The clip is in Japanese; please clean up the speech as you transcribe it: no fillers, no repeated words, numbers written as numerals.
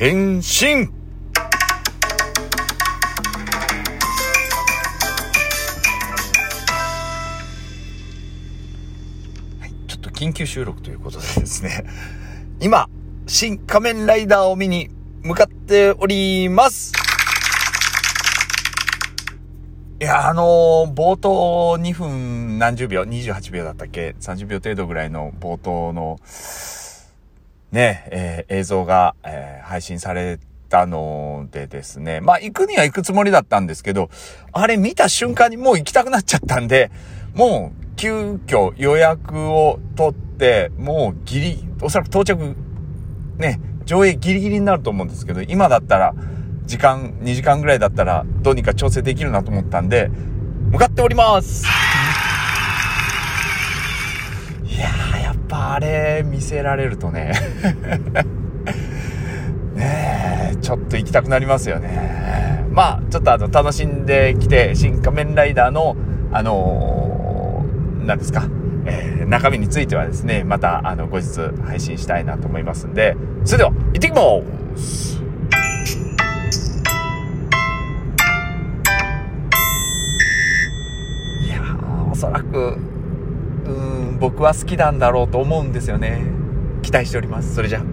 変身。ちょっと緊急収録ということでですね、今新仮面ライダーを見に向かっております。いや、冒頭2分何十秒、28秒だったっけ、30秒程度ぐらいの冒頭のね、映像が、配信されたのでですね、まあ行くには行くつもりだったんですけど、あれ見た瞬間にもう行きたくなっちゃったんで、もう急遽予約を取って、もうおそらく到着ね、上映ギリギリになると思うんですけど、今だったら2時間ぐらいだったらどうにか調整できるなと思ったんで向かっております。いやー、やっぱあれ見せられるとねねえ、ちょっと行きたくなりますよね。まあちょっと楽しんできて、新仮面ライダーの何ですか、中身についてはですね、また後日配信したいなと思いますんで、それでは行ってきます。いやー、おそらく僕は好きなんだろうと思うんですよね。期待しております。それじゃ。